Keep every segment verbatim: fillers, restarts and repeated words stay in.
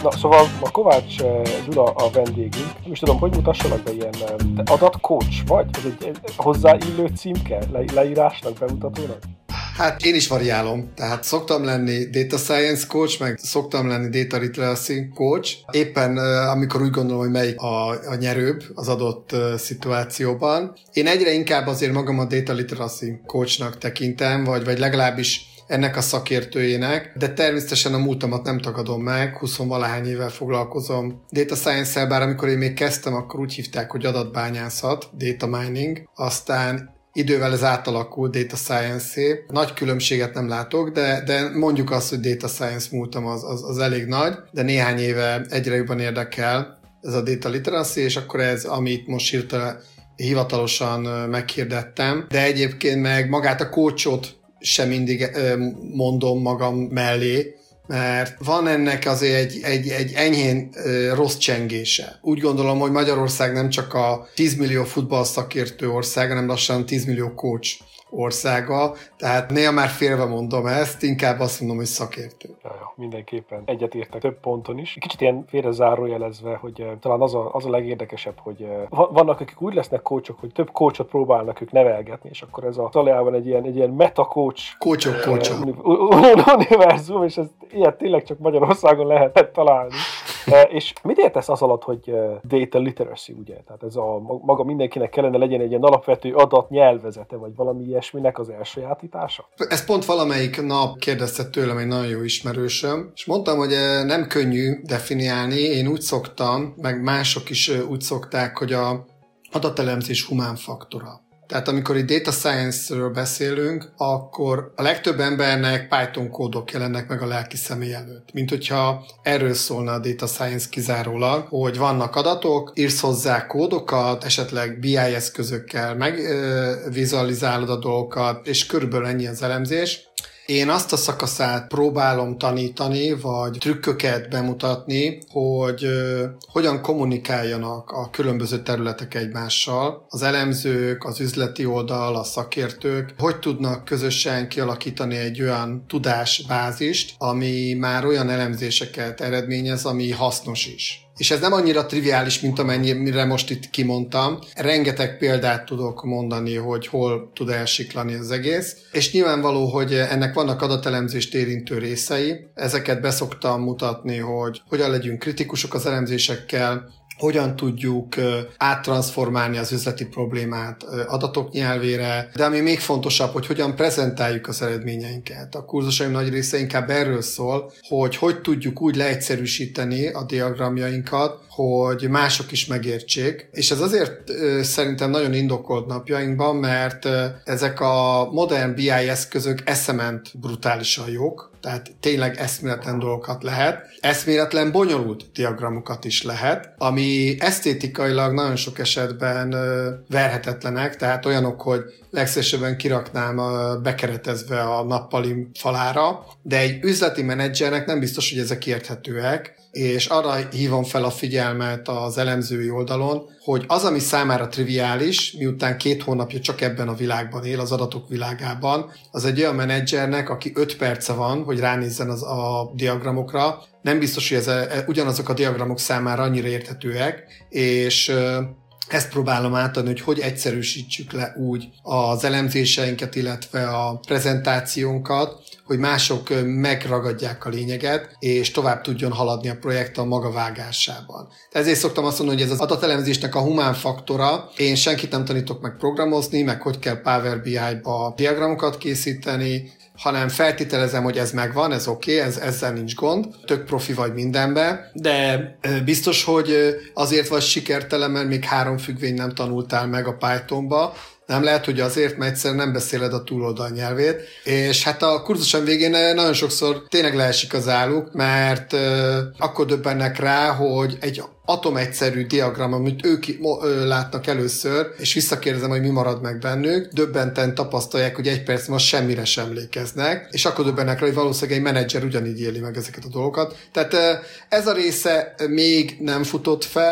Na, szóval a Kovács Gyula a vendégünk. Nem is tudom, hogy mutassanak be ilyen adatcoach vagy? Ez egy, egy hozzáillő címke le, leírásnak, bemutatónak? Hát én is variálom, tehát szoktam lenni data science coach, meg szoktam lenni data literacy coach. Éppen amikor úgy gondolom, hogy melyik a, a nyerőbb az adott uh, szituációban. Én egyre inkább azért magam a data literacy coachnak tekintem, vagy, vagy legalábbis ennek a szakértőjének, de természetesen a múltamat nem tagadom meg, huszonvalahány évvel foglalkozom data science-el, bár amikor én még kezdtem, akkor úgy hívták, hogy adatbányászat, data mining, aztán idővel ez átalakult data science-é. Nagy különbséget nem látok, de, de mondjuk azt, hogy data science múltam az, az, az elég nagy, de néhány éve egyre jobban érdekel ez a data literacy, és akkor ez, amit most hirtelen hivatalosan meghirdettem, de egyébként meg magát a coachot sem mindig mondom magam mellé, mert van ennek azért egy, egy, egy enyhén rossz csengése. Úgy gondolom, hogy Magyarország nem csak a tíz millió futballszakértő ország, hanem lassan tíz millió coach országa, tehát néha már félve mondom ezt, inkább azt mondom, hogy szakértő. Ja, ja, mindenképpen egyetértek több ponton is. Kicsit ilyen félre zárójelezve, hogy uh, talán az a, az a legérdekesebb, hogy uh, vannak, akik úgy lesznek coachok, hogy több coachot próbálnak ők nevelgetni, és akkor ez a talajában egy ilyen, egy ilyen meta-coach coachok, coachok. Uh, univerzum, és ez ilyet tényleg csak Magyarországon lehetett találni. Uh, és mit értesz az alatt, hogy uh, data literacy, ugye? Tehát ez a maga mindenkinek kellene legyen egy ilyen alapvető adatnyelvezete, vagy valami ilyesminek az elsajátítása? Ez pont valamelyik nap kérdezte tőlem egy nagyon jó ismerősöm, és mondtam, hogy nem könnyű definiálni, én úgy szoktam, meg mások is úgy szokták, hogy a adatelemzés humán faktora. Tehát amikor itt data science-ről beszélünk, akkor a legtöbb embernek Python kódok jelennek meg a lelki személy előtt. Mint hogyha erről szólna a data science kizárólag, hogy vannak adatok, írsz hozzá kódokat, esetleg bé i eszközökkel megvizualizálod a dolgokat, és körülbelül ennyi az elemzés. Én azt a szakaszát próbálom tanítani, vagy trükköket bemutatni, hogy uh, hogyan kommunikáljanak a különböző területek egymással. Az elemzők, az üzleti oldal, a szakértők, hogy tudnak közösen kialakítani egy olyan tudásbázist, ami már olyan elemzéseket eredményez, ami hasznos is. És ez nem annyira triviális, mint amennyire most itt kimondtam. Rengeteg példát tudok mondani, hogy hol tud elsiklani az egész. És nyilvánvaló, hogy ennek vannak adatelemzést érintő részei. Ezeket beszoktam mutatni, hogy hogyan legyünk kritikusok az elemzésekkel, hogyan tudjuk áttranszformálni az üzleti problémát adatok nyelvére, de ami még fontosabb, hogy hogyan prezentáljuk az eredményeinket. A kurzusaim nagy része inkább erről szól, hogy hogy tudjuk úgy leegyszerűsíteni a diagramjainkat, hogy mások is megértsék. És ez azért szerintem nagyon indokolt napjainkban, mert ezek a modern bé i eszközök eszement brutálisan jók, tehát tényleg eszméletlen dolgokat lehet. Eszméletlen bonyolult diagramokat is lehet, ami esztétikailag nagyon sok esetben verhetetlenek, tehát olyanok, hogy legszívesebben kiraknám bekeretezve a nappali falára, de egy üzleti menedzsernek nem biztos, hogy ezek érthetőek, és arra hívom fel a figyelmet az elemzői oldalon, hogy az, ami számára triviális, miután két hónapja csak ebben a világban él, az adatok világában, az egy olyan menedzsernek, aki öt perce van, hogy ránézzen az a diagramokra, nem biztos, hogy ez a, ugyanazok a diagramok számára annyira érthetőek, és ezt próbálom átadni, hogy hogy egyszerűsítsük le úgy az elemzéseinket, illetve a prezentációnkat, hogy mások megragadják a lényeget, és tovább tudjon haladni a projekt a maga vágásában. Ezért szoktam azt mondani, hogy ez az adatelemzésnek a humán faktora. Én senkit nem tanítok meg programozni, meg hogy kell Power bé i-ba diagramokat készíteni, hanem feltételezem, hogy ez megvan, ez oké, okay, ez, ezzel nincs gond, tök profi vagy mindenbe, de biztos, hogy azért vagy sikertelen, mert még három függvény nem tanultál meg a Pythonba, nem lehet, hogy azért, mert egyszerűen nem beszéled a túloldal nyelvét, és hát a kurzusom végén nagyon sokszor tényleg leesik az álluk, mert uh, akkor döbbennek rá, hogy egy atomegyszerű diagram, amit ők ö, látnak először, és visszakérdezem, hogy mi marad meg bennük, döbbenten tapasztalják, hogy egy perc most semmire sem emlékeznek, és akkor döbbennek rá, hogy valószínűleg egy menedzser ugyanígy éli meg ezeket a dolgokat. Tehát ez a része még nem futott fel,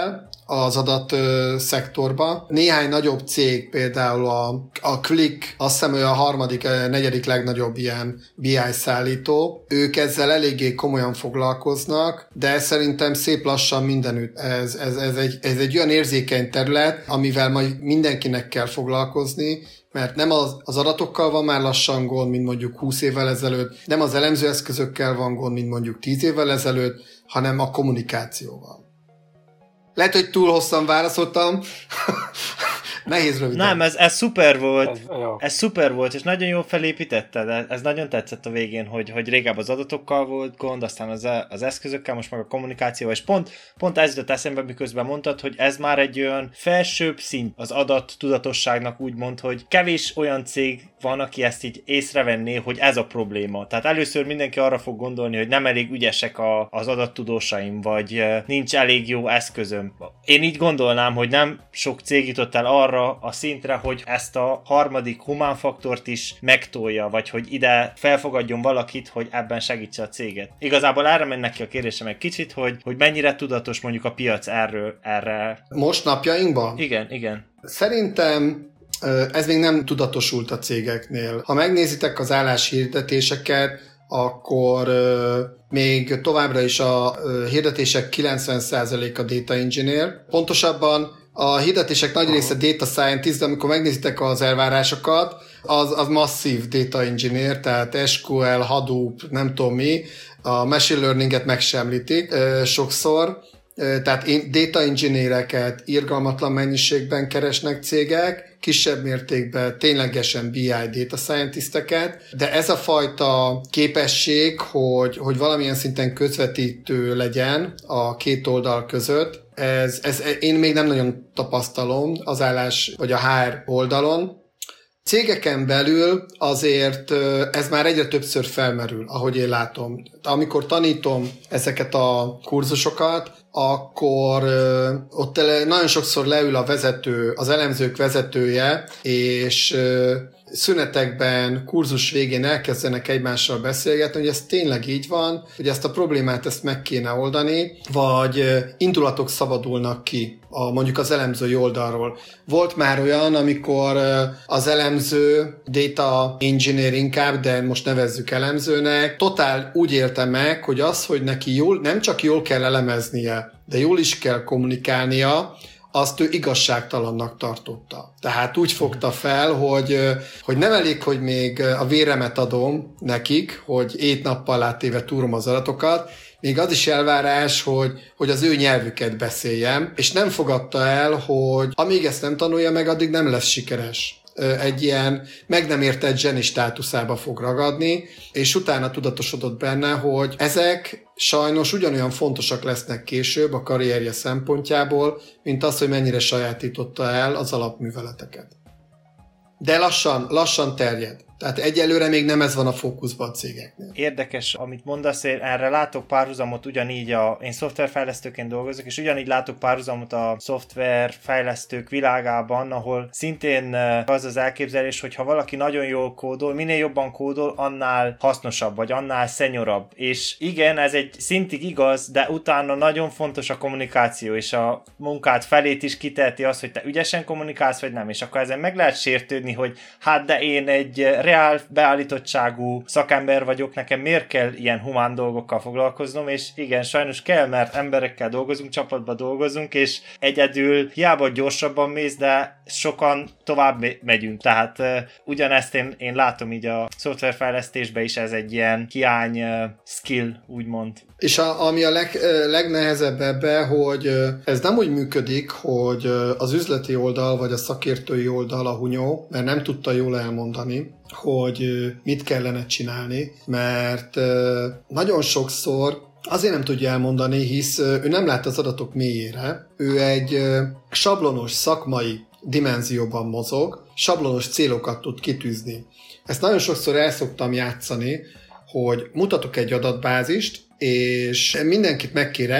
az adat ö, szektorba. Néhány nagyobb cég, például a, a Qlik, azt hiszem ő a harmadik, negyedik legnagyobb ilyen bé i szállító. Ők ezzel eléggé komolyan foglalkoznak, de szerintem szép lassan mindenütt. Ez, ez, ez, egy, ez egy olyan érzékeny terület, amivel majd mindenkinek kell foglalkozni, mert nem az, az adatokkal van már lassan gond, mint mondjuk húsz évvel ezelőtt, nem az elemzőeszközökkel van gond, mint mondjuk tíz évvel ezelőtt, hanem a kommunikációval. Lehet, hogy túl hosszan válaszoltam. Nehéz röviden. Nem, ez, ez szuper volt. Ez, ja. ez szuper volt, és nagyon jól felépítetted. Ez nagyon tetszett a végén, hogy, hogy régebben az adatokkal volt gond, aztán az, az eszközökkel, most meg a kommunikációval, és pont, pont ez jutott eszembe, miközben mondtad, hogy ez már egy olyan felsőbb szint az adat tudatosságnak, úgymond, hogy kevés olyan cég van, aki ezt így észrevenné, hogy ez a probléma. Tehát először mindenki arra fog gondolni, hogy nem elég ügyesek a, az adattudósaim, vagy nincs elég jó eszközöm. Én így gondolnám, hogy nem sok cég jutott el arra a szintre, hogy ezt a harmadik humán faktort is megtolja, vagy hogy ide felfogadjon valakit, hogy ebben segítse a céget. Igazából erre mennek ki a kérdésem egy kicsit, hogy, hogy mennyire tudatos mondjuk a piac erről, erre. Most napjainkban? Igen, igen. Szerintem ez még nem tudatosult a cégeknél. Ha megnézitek az álláshirdetéseket, akkor még továbbra is a hirdetések kilencven százaléka data engineer. Pontosabban a hirdetések nagy része data scientist, de amikor megnézitek az elvárásokat, az, az masszív data engineer, tehát es kú el, Hadoop, nem tudom mi, a machine learninget megsemlítik sokszor. Tehát data engineereket irgalmatlan mennyiségben keresnek cégek, kisebb mértékben ténylegesen bé i data scientisteket, de ez a fajta képesség, hogy, hogy valamilyen szinten közvetítő legyen a két oldal között, ez, ez én még nem nagyon tapasztalom az állás vagy a há er oldalon. Cégeken belül azért ez már egyre többször felmerül, ahogy én látom. Amikor tanítom ezeket a kurzusokat, akkor ott nagyon sokszor leül a vezető, az elemzők vezetője, és szünetekben, kurzus végén elkezdenek egymással beszélgetni, hogy ez tényleg így van, hogy ezt a problémát ezt meg kéne oldani, vagy indulatok szabadulnak ki a, mondjuk az elemzői oldalról. Volt már olyan, amikor az elemző, data engineer inkább, de most nevezzük elemzőnek, totál úgy élte meg, hogy az, hogy neki jól, nem csak jól kell elemeznie, de jól is kell kommunikálnia, azt ő igazságtalannak tartotta. Tehát úgy fogta fel, hogy, hogy nem elég, hogy még a véremet adom nekik, hogy ét nappal áttéve túrom az adatokat, még az is elvárás, hogy, hogy az ő nyelvüket beszéljem, és nem fogadta el, hogy amíg ezt nem tanulja meg, addig nem lesz sikeres. Egy ilyen meg nem értett zseni státuszába fog ragadni, és utána tudatosodott benne, hogy ezek sajnos ugyanolyan fontosak lesznek később a karrierje szempontjából, mint az, hogy mennyire sajátította el az alapműveleteket. De lassan, lassan terjed. Tehát egyelőre még nem ez van a fókuszban a cégeknél. Érdekes, amit mondasz, én erre látok párhuzamot ugyanígy, a, én szoftverfejlesztőként dolgozok, és ugyanígy látok párhuzamot a szoftverfejlesztők világában, ahol szintén az az elképzelés, hogy ha valaki nagyon jól kódol, minél jobban kódol, annál hasznosabb, vagy annál szenyorabb. És igen, ez egy szintig igaz, de utána nagyon fontos a kommunikáció, és a munkát felét is kiteheti az, hogy te ügyesen kommunikálsz, vagy nem, és akkor ezen meg lehet sértődni, hogy hát de én egy reál beállítottságú szakember vagyok, nekem miért kell ilyen humán dolgokkal foglalkoznom, és igen, sajnos kell, mert emberekkel dolgozunk, csapatban dolgozunk, és egyedül hiába gyorsabban mész, de sokan tovább megyünk. Tehát uh, ugyanezt én, én látom így a szoftverfejlesztésben is, ez egy ilyen hiány uh, skill, úgymond. És a, ami a leg, legnehezebb ebbe, hogy ez nem úgy működik, hogy az üzleti oldal vagy a szakértői oldal a hunyó, mert nem tudta jól elmondani, hogy mit kellene csinálni, mert nagyon sokszor azért nem tudja elmondani, hisz ő nem lát az adatok mélyére, ő egy sablonos szakmai dimenzióban mozog, sablonos célokat tud kitűzni. Ezt nagyon sokszor el szoktam játszani, hogy mutatok egy adatbázist, és mindenkit megkérek,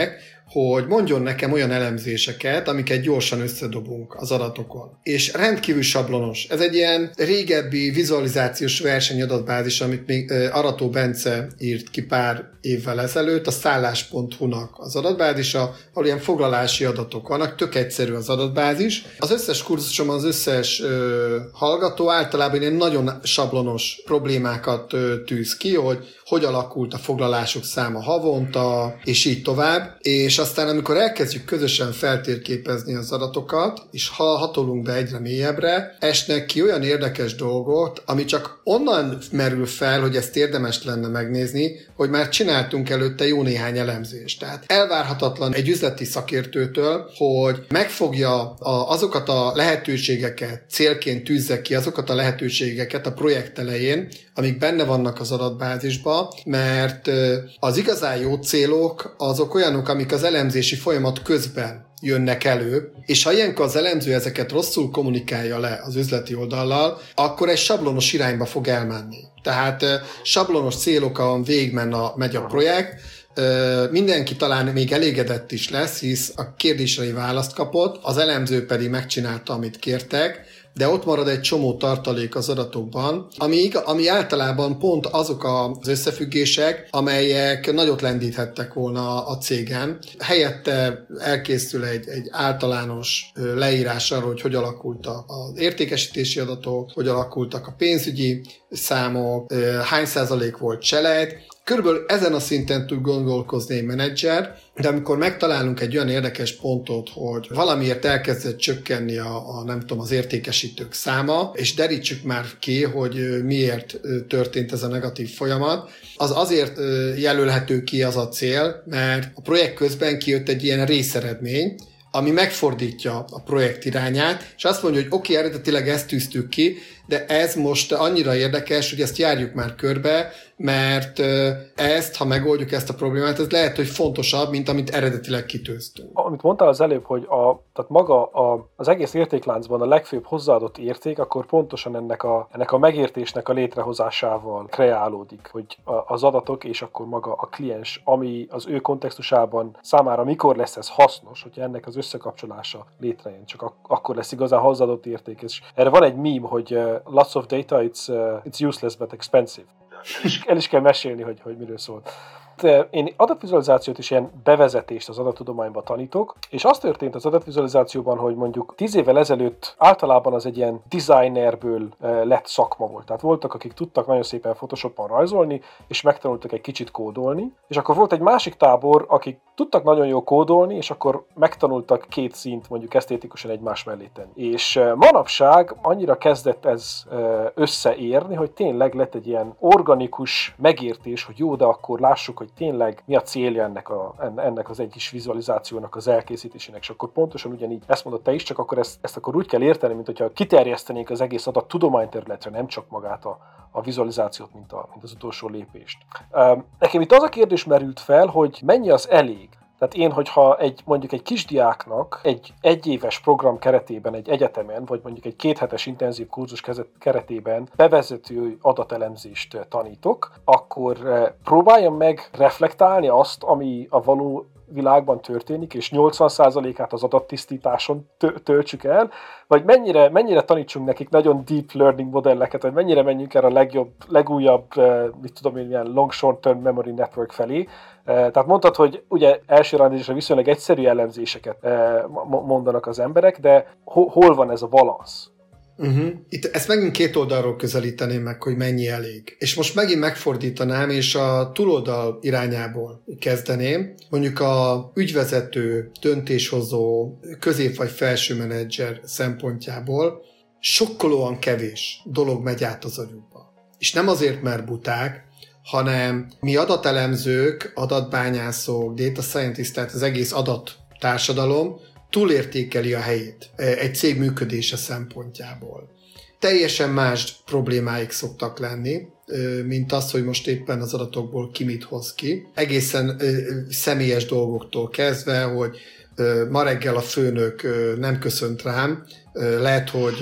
hogy mondjon nekem olyan elemzéseket, amiket gyorsan összedobunk az adatokon. És rendkívül sablonos. Ez egy ilyen régebbi vizualizációs versenyadatbázis, amit még Arató Bence írt ki pár évvel ezelőtt, a szállás pont hu-nak az adatbázisa, ahol ilyen foglalási adatok vannak, tök egyszerű az adatbázis. Az összes kurzusom, az összes ö, hallgató általában ilyen nagyon sablonos problémákat ö, tűz ki, hogy hogy alakult a foglalások száma havonta, és így tovább. És aztán, amikor elkezdjük közösen feltérképezni az adatokat, és ha hatolunk be egyre mélyebbre, esnek ki olyan érdekes dolgot, ami csak onnan merül fel, hogy ezt érdemes lenne megnézni, hogy már csináltunk előtte jó néhány elemzést. Tehát elvárhatatlan egy üzleti szakértőtől, hogy megfogja a, azokat a lehetőségeket, célként tűzze ki azokat a lehetőségeket a projekt elején, amik benne vannak az adatbázisban, mert az igazán jó célok azok olyanok, amik az elemzési folyamat közben jönnek elő, és ha ilyenkor az elemző ezeket rosszul kommunikálja le az üzleti oldallal, akkor egy sablonos irányba fog elmenni. Tehát sablonos célokon végigmen a, megy a projekt, mindenki talán még elégedett is lesz, hisz a kérdésre választ kapott, az elemző pedig megcsinálta, amit kértek, de ott marad egy csomó tartalék az adatokban, ami, ami általában pont azok az összefüggések, amelyek nagyot lendíthettek volna a cégen. Helyette elkészül egy, egy általános leírás arról, hogy hogy alakult az értékesítési adatok, hogy alakultak a pénzügyi számok, hány százalék volt cselejt. Körülbelül ezen a szinten tud gondolkozni egy menedzser, de amikor megtalálunk egy olyan érdekes pontot, hogy valamiért elkezdett csökkenni a, a nem tudom, az értékesítők száma, és derítsük már ki, hogy miért történt ez a negatív folyamat, az azért jelölhető ki az a cél, mert a projekt közben kijött egy ilyen részeredmény, ami megfordítja a projekt irányát, és azt mondja, hogy oké, okay, eredetileg ezt tűztük ki, de ez most annyira érdekes, hogy ezt járjuk már körbe, mert ezt, ha megoldjuk ezt a problémát, ez lehet, hogy fontosabb, mint amit eredetileg kitűztünk. Amit mondtál az előbb, hogy a, tehát maga a, az egész értékláncban a legfőbb hozzáadott érték, akkor pontosan ennek a, ennek a megértésnek a létrehozásával kreálódik, hogy az adatok és akkor maga a kliens, ami az ő kontextusában számára mikor lesz ez hasznos, hogyha ennek az összekapcsolása létrejön, csak ak- akkor lesz igazán hozzáadott érték. És erre van egy meme, hogy lots of data, it's, uh, it's useless but expensive. El is kell mesélni, hogy, hogy miről szól. De én adatvizualizációt is ilyen bevezetést az adattudományba tanítok, és az történt az adatvizualizációban, hogy mondjuk tíz évvel ezelőtt általában az egy ilyen designerből lett szakma volt. Tehát voltak, akik tudtak nagyon szépen Photoshopon rajzolni, és megtanultak egy kicsit kódolni, és akkor volt egy másik tábor, akik tudtak nagyon jól kódolni, és akkor megtanultak két színt mondjuk esztétikusan egymás mellé tenni. És manapság annyira kezdett ez összeérni, hogy tényleg lett egy ilyen organikus megértés, hogy jó, de akkor lássuk, hogy tényleg mi a célja ennek, a, ennek az egyes vizualizációnak az elkészítésének, és akkor pontosan ugyanígy ezt mondod te is, csak akkor ezt, ezt akkor úgy kell érteni, mint hogyha kiterjesztenénk az egész adat tudományterületre, nem csak magát a, a vizualizációt, mint, a, mint az utolsó lépést. Nekem itt az a kérdés merült fel, hogy mennyi az elég. Tehát én, hogyha egy, mondjuk egy kisdiáknak egy egyéves program keretében, egy egyetemen, vagy mondjuk egy kéthetes intenzív kurzus keretében bevezető adatelemzést tanítok, akkor próbáljam meg reflektálni azt, ami a való világban történik, és nyolcvan százalékát az adattisztításon töltsük el, vagy mennyire, mennyire tanítsunk nekik nagyon deep learning modelleket, vagy mennyire menjünk erre a legjobb, legújabb, mit tudom én, ilyen long short-term memory network felé. Tehát mondtad, hogy ugye első randezésre viszonylag egyszerű elemzéseket mondanak az emberek, de hol van ez a balansz? Uh-huh. Itt ezt megint két oldalról közelíteném meg, hogy mennyi elég. És most megint megfordítanám, és a túloldal irányából kezdeném. Mondjuk a ügyvezető, döntéshozó, közép- vagy felső menedzser szempontjából sokkolóan kevés dolog megy át az agyukba. És nem azért, mert buták, hanem mi adatelemzők, adatbányászok, data scientist, tehát az egész adattársadalom túlértékeli a helyét egy cég működése szempontjából. Teljesen más problémáik szoktak lenni, mint az, hogy most éppen az adatokból ki mit hoz ki. Egészen személyes dolgoktól kezdve, hogy ma reggel a főnök nem köszönt rám, lehet, hogy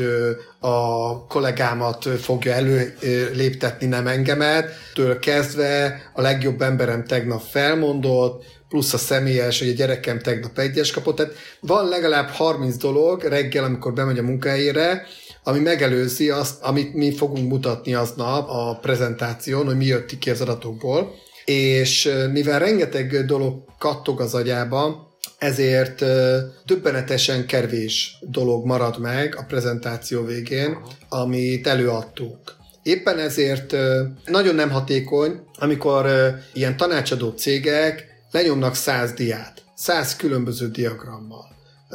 a kollégámat fogja előléptetni, nem engemet, től kezdve a legjobb emberem tegnap felmondott, plusz a személyes, hogy a gyerekem tegnap egyes kapott, tehát van legalább harminc dolog reggel, amikor bemegy a munkahelyére, ami megelőzi azt, amit mi fogunk mutatni aznap a prezentáción, hogy mi jött ki az adatokból, és mivel rengeteg dolog kattog az agyába, ezért döbbenetesen kevés dolog marad meg a prezentáció végén, amit előadtunk. Éppen ezért nagyon nem hatékony, amikor ilyen tanácsadó cégek lenyomnak száz diát, száz különböző diagrammal.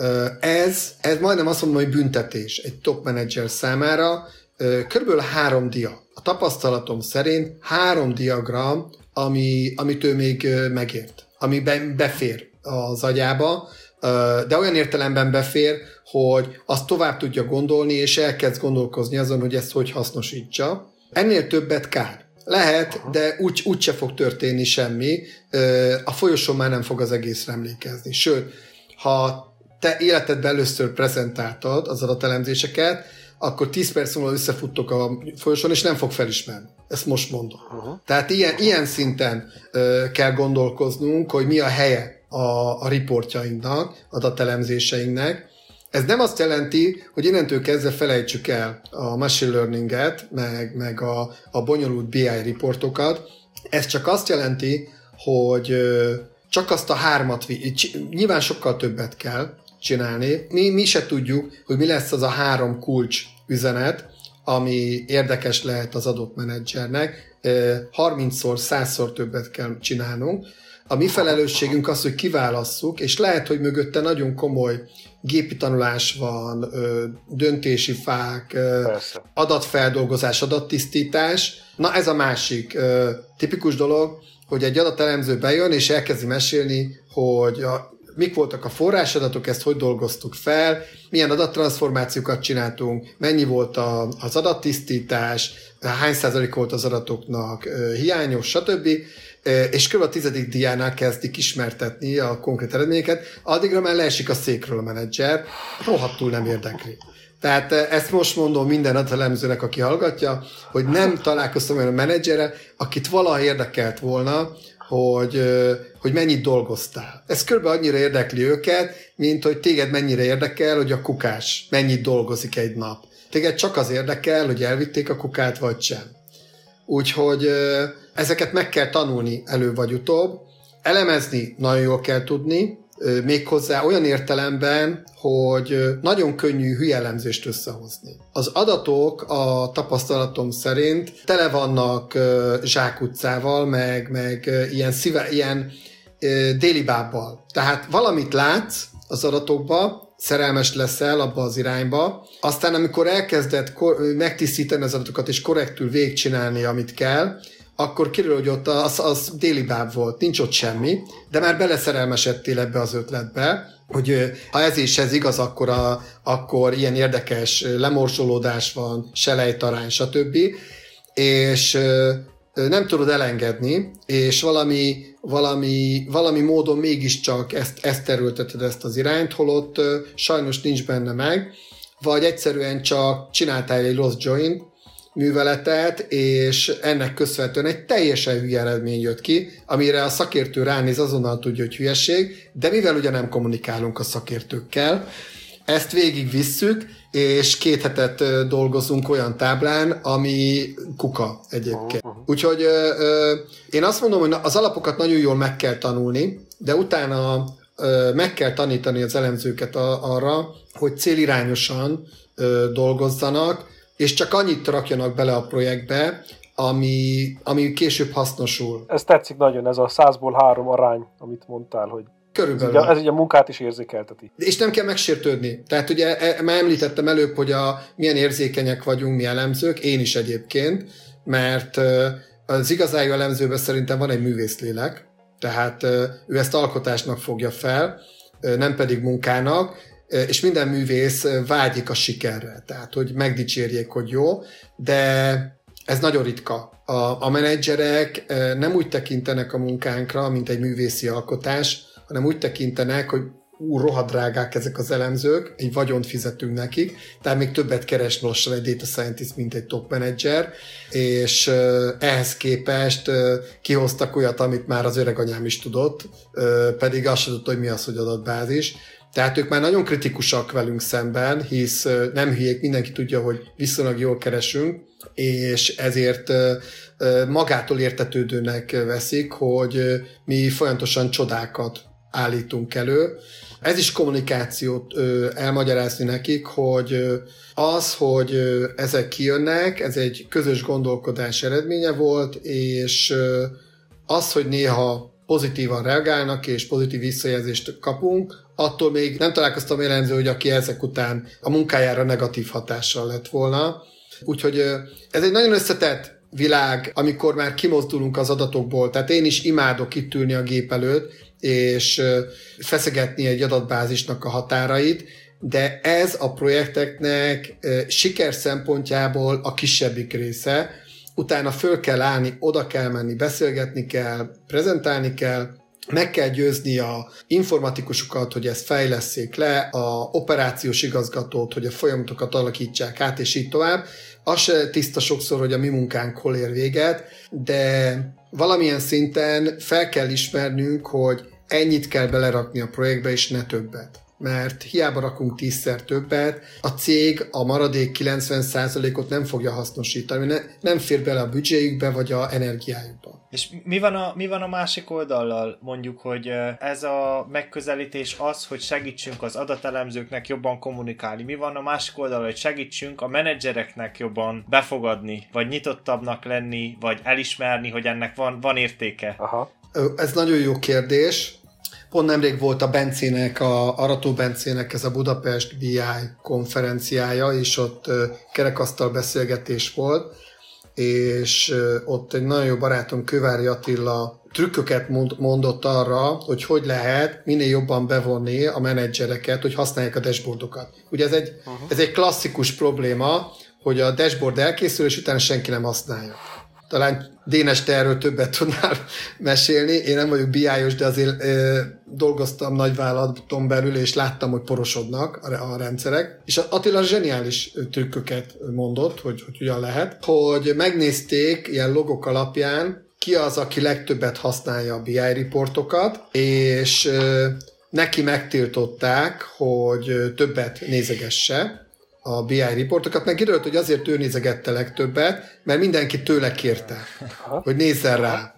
Ez, ez majdnem azt mondom, hogy büntetés egy top menedzser számára, körülbelül három dia. A tapasztalatom szerint három diagram, ami, amit ő még megért, ami befér az agyába, de olyan értelemben befér, hogy azt tovább tudja gondolni, és elkezd gondolkozni azon, hogy ezt hogy hasznosítsa. Ennél többet kár. Lehet, de úgy, úgy se fog történni semmi, a folyosón már nem fog az egészre emlékezni. Sőt, ha te életedben először prezentáltad az adatelemzéseket, akkor tíz perc múlva összefuttok a folyosón, és nem fog felismerni. Ezt most mondom. Uh-huh. Tehát ilyen, ilyen szinten uh, kell gondolkoznunk, hogy mi a helye a, a riportjainknak, adatelemzéseinknek. Ez nem azt jelenti, hogy innentől kezdve felejtsük el a machine learninget, meg, meg a, a bonyolult bé i riportokat. Ez csak azt jelenti, hogy uh, csak azt a hármat, nyilván sokkal többet kell csinálni. Mi, mi se tudjuk, hogy mi lesz az a három kulcs üzenet, ami érdekes lehet az adott menedzsernek. harmincszor, százszor többet kell csinálnunk. A mi felelősségünk az, hogy kiválasszuk, és lehet, hogy mögötte nagyon komoly gépi tanulás van, döntési fák, persze, adatfeldolgozás, adattisztítás. Na ez a másik tipikus dolog, hogy egy adatelemző bejön, és elkezdi mesélni, hogy a, mik voltak a forrásadatok, ezt hogy dolgoztuk fel, milyen adattranszformációkat csináltunk, mennyi volt a, az adattisztítás, hány százalék volt az adatoknak hiányos, stb. És kb. A tizedik diánál kezdik ismertetni a konkrét eredményeket, addigra már leesik a székről a menedzser, rohadtul nem érdekli. Tehát ezt most mondom minden adatelemzőnek, aki hallgatja, hogy nem találkoztam olyan a menedzserrel, akit valaha érdekelt volna, hogy, hogy mennyit dolgoztál. Ez körülbelül annyira érdekli őket, mint hogy téged mennyire érdekel, hogy a kukás mennyit dolgozik egy nap. Téged csak az érdekel, hogy elvitték a kukát, vagy sem. Úgyhogy ezeket meg kell tanulni elő vagy utóbb. Elemezni nagyon jól kell tudni, méghozzá olyan értelemben, hogy nagyon könnyű hülye elemzést összehozni. Az adatok a tapasztalatom szerint tele vannak zsákutcával, meg, meg ilyen, szíve, ilyen délibábbal. Tehát valamit látsz az adatokba, szerelmes leszel abba az irányba, aztán amikor elkezded kor- megtisztítani az adatokat és korrektül végigcsinálni, amit kell, akkor kiderül, hogy ott az, az déli báb volt, nincs ott semmi, de már beleszerelmesedtél ebbe az ötletbe, hogy ha ez is ez igaz, akkor, a, akkor ilyen érdekes lemorzsolódás van, selejtarány, stb. És nem tudod elengedni, és valami, valami, valami módon mégiscsak ezt, ezt terülteted, ezt az irányt, holott sajnos nincs benne meg, vagy egyszerűen csak csináltál egy lost join műveletet, és ennek köszönhetően egy teljesen hülye eredmény jött ki, amire a szakértő ránéz, azonnal tudja, hogy hülyeség, de mivel ugye nem kommunikálunk a szakértőkkel, ezt végigvisszük, és két hetet dolgozunk olyan táblán, ami kuka egyébként. Úgyhogy ö, ö, én azt mondom, hogy az alapokat nagyon jól meg kell tanulni, de utána ö, meg kell tanítani az elemzőket a, arra, hogy célirányosan ö, dolgozzanak, és csak annyit rakjanak bele a projektbe, ami, ami később hasznosul. Ez tetszik nagyon, ez a százból három arány, amit mondtál, hogy körülbelül. Ez, ez így a munkát is érzékelteti. És nem kell megsértődni. Tehát ugye e, már említettem előbb, hogy a, milyen érzékenyek vagyunk mi elemzők, én is egyébként, mert az igazán jó elemzőben szerintem van egy művészlélek, tehát ő ezt alkotásnak fogja fel, nem pedig munkának, és minden művész vágyik a sikerre, tehát hogy megdicsérjék, hogy jó, de ez nagyon ritka. A, a menedzserek nem úgy tekintenek a munkánkra, mint egy művészi alkotás, hanem úgy tekintenek, hogy ú, rohadrágák ezek az elemzők, egy vagyont fizetünk nekik, tehát még többet keres lassan egy data scientist, mint egy top manager, és ehhez képest kihoztak olyat, amit már az öreganyám is tudott, pedig azt sem tudta, hogy mi az, hogy adatbázis. Tehát ők már nagyon kritikusak velünk szemben, hisz nem hülyék, mindenki tudja, hogy viszonylag jól keresünk, és ezért magától értetődőnek veszik, hogy mi folyamatosan csodákat állítunk elő. Ez is kommunikációt elmagyarázni nekik, hogy az, hogy ezek kijönnek, ez egy közös gondolkodás eredménye volt, és az, hogy néha pozitívan reagálnak, és pozitív visszajelzést kapunk, attól még nem találkoztam jellemző, hogy aki ezek után a munkájára negatív hatással lett volna. Úgyhogy ez egy nagyon összetett világ, amikor már kimozdulunk az adatokból. Tehát én is imádok itt ülni a gép előtt, és feszegetni egy adatbázisnak a határait, de ez a projekteknek siker szempontjából a kisebbik része. Utána föl kell állni, oda kell menni, beszélgetni kell, prezentálni kell, meg kell győzni a informatikusokat, hogy ezt fejlesszék le, a operációs igazgatót, hogy a folyamatokat alakítsák át, és így tovább. Az se tiszta sokszor, hogy a mi munkánk hol ér véget, de valamilyen szinten fel kell ismernünk, hogy ennyit kell belerakni a projektbe, és ne többet. Mert hiába rakunk tízszer többet, a cég a maradék kilencven százalékot nem fogja hasznosítani, ne, nem fér bele a büdzséjükbe, vagy a energiájukba. És mi van, a, mi van a másik oldallal, mondjuk, hogy ez a megközelítés az, hogy segítsünk az adatelemzőknek jobban kommunikálni. Mi van a másik oldallal, hogy segítsünk a menedzsereknek jobban befogadni, vagy nyitottabbnak lenni, vagy elismerni, hogy ennek van, van értéke? Aha. Ez nagyon jó kérdés. Pont nemrég volt a Bencének, a Arató Bencének ez a Budapest bé i konferenciája, és ott kerekasztal beszélgetés volt, és ott egy nagyon jó barátom, Kövári Attila trükköket mondott arra, hogy hogy lehet minél jobban bevonni a menedzsereket, hogy használják a dashboardokat. Ugye ez egy, uh-huh. ez egy klasszikus probléma, hogy a dashboard elkészül, és utána senki nem használja. Talán Dénes, te erről többet tudnál mesélni. Én nem vagyok bé i-os, de azért ö, dolgoztam nagyvállalaton belül, és láttam, hogy porosodnak a, a rendszerek. És Attila zseniális trükköket mondott, hogy, hogy hogyan lehet, hogy megnézték ilyen logok alapján, ki az, aki legtöbbet használja a bé i riportokat, és ö, neki megtiltották, hogy többet nézegesse a bé i riportokat, meg kiderült, hogy azért ő nézegette legtöbbet, mert mindenki tőle kérte, hogy nézzen rá.